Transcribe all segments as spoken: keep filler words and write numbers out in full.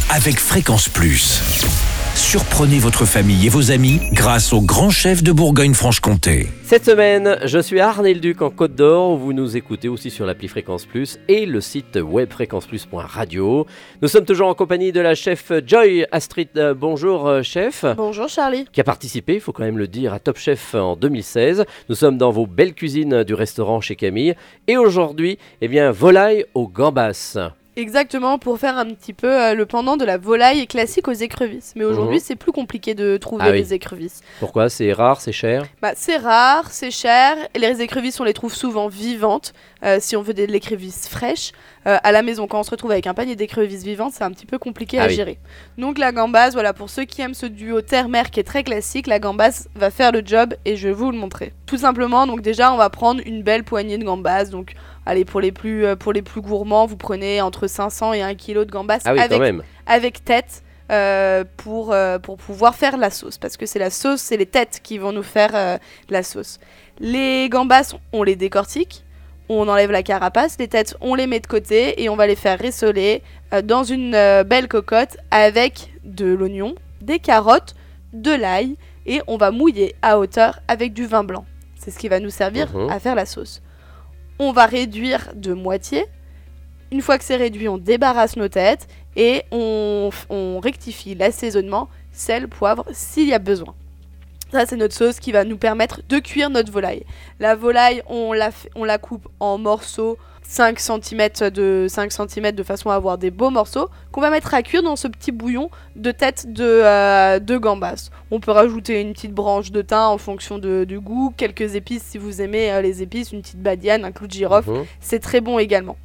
avec Fréquence Plus. Surprenez votre famille et vos amis grâce au grand chef de Bourgogne-Franche-Comté. Cette semaine, je suis à Arnay-le-Duc en Côte d'Or, où vous nous écoutez aussi sur l'appli Fréquence Plus et le site web fréquence plus point radio. Nous sommes toujours en compagnie de la chef Joy Astrid. Euh, bonjour euh, chef. Bonjour Charlie. Qui a participé, il faut quand même le dire, à Top Chef en deux mille seize. Nous sommes dans vos belles cuisines du restaurant chez Camille. Et aujourd'hui, eh bien, volaille aux gambas. Exactement, pour faire un petit peu euh, le pendant de la volaille classique aux écrevisses. Mais aujourd'hui, mmh. c'est plus compliqué de trouver ah, oui. des écrevisses. Pourquoi ? C'est rare, c'est cher ? Bah, c'est rare, c'est cher. Et les écrevisses, on les trouve souvent vivantes. Euh, si on veut de l'écrevisse fraîche, euh, à la maison, quand on se retrouve avec un panier d'écrevisses vivantes, c'est un petit peu compliqué ah, à oui. gérer. Donc la gambasse, voilà, pour ceux qui aiment ce duo terre-mer qui est très classique, la gambasse va faire le job et je vais vous le montrer. Tout simplement, donc déjà, on va prendre une belle poignée de gambas. Donc, allez, pour les plus, euh, pour les plus gourmands, vous prenez entre cinq cents et un kilo de gambas ah oui, avec, quand même. avec tête. Euh, pour, euh, pour pouvoir faire la sauce, parce que c'est la sauce, c'est les têtes qui vont nous faire euh, la sauce. Les gambas, on les décortique, on enlève la carapace, les têtes, on les met de côté et on va les faire rissoler euh, dans une euh, belle cocotte avec de l'oignon, des carottes, de l'ail et on va mouiller à hauteur avec du vin blanc. C'est ce qui va nous servir mmh. à faire la sauce. On va réduire de moitié. Une fois que c'est réduit, on débarrasse nos têtes et on, on rectifie l'assaisonnement, sel, poivre, s'il y a besoin. Ça, c'est notre sauce qui va nous permettre de cuire notre volaille. La volaille, on la, f- on la coupe en morceaux cinq centimètres de, cinq centimètres de façon à avoir des beaux morceaux qu'on va mettre à cuire dans ce petit bouillon de tête de, euh, de gambas. On peut rajouter une petite branche de thym en fonction de, du goût, quelques épices si vous aimez euh, les épices, une petite badiane, un clou de girofle, mmh. c'est très bon également.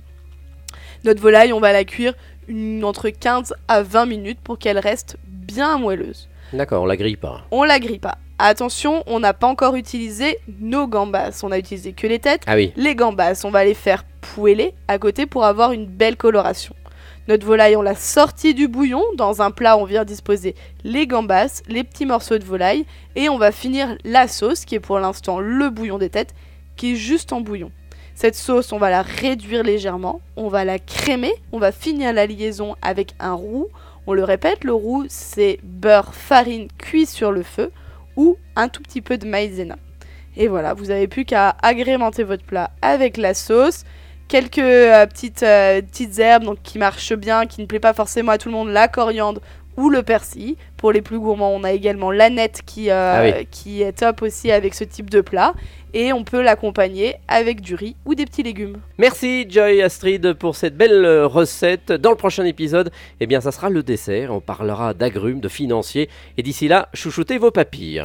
Notre volaille, on va la cuire une, entre quinze à vingt minutes pour qu'elle reste bien moelleuse. D'accord, on la grille pas. On la grille pas. Attention, on n'a pas encore utilisé nos gambas. On a utilisé que les têtes. Ah oui. Les gambas, on va les faire poêler à côté pour avoir une belle coloration. Notre volaille, on l'a sortie du bouillon. Dans un plat, on vient disposer les gambas, les petits morceaux de volaille. Et on va finir la sauce, qui est pour l'instant le bouillon des têtes, qui est juste en bouillon. Cette sauce, on va la réduire légèrement, on va la crémer, on va finir la liaison avec un roux. On le répète, le roux, c'est beurre, farine cuit sur le feu ou un tout petit peu de maïzena. Et voilà, vous n'avez plus qu'à agrémenter votre plat avec la sauce. Quelques euh, petites, euh, petites herbes donc, qui marchent bien, qui ne plaît pas forcément à tout le monde, la coriandre ou le persil. Pour les plus gourmands, on a également l'aneth qui, euh, ah oui. qui est top aussi avec ce type de plat. Et on peut l'accompagner avec du riz ou des petits légumes. Merci Joy Astrid pour cette belle recette. Dans le prochain épisode, eh bien, ça sera le dessert. On parlera d'agrumes, de financiers. Et d'ici là, chouchoutez vos papilles.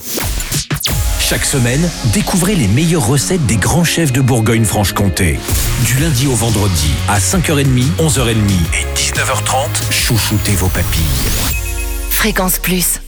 Chaque semaine, découvrez les meilleures recettes des grands chefs de Bourgogne-Franche-Comté. Du lundi au vendredi, à cinq heures trente, onze heures trente et dix-neuf heures trente, chouchoutez vos papilles. Fréquence Plus.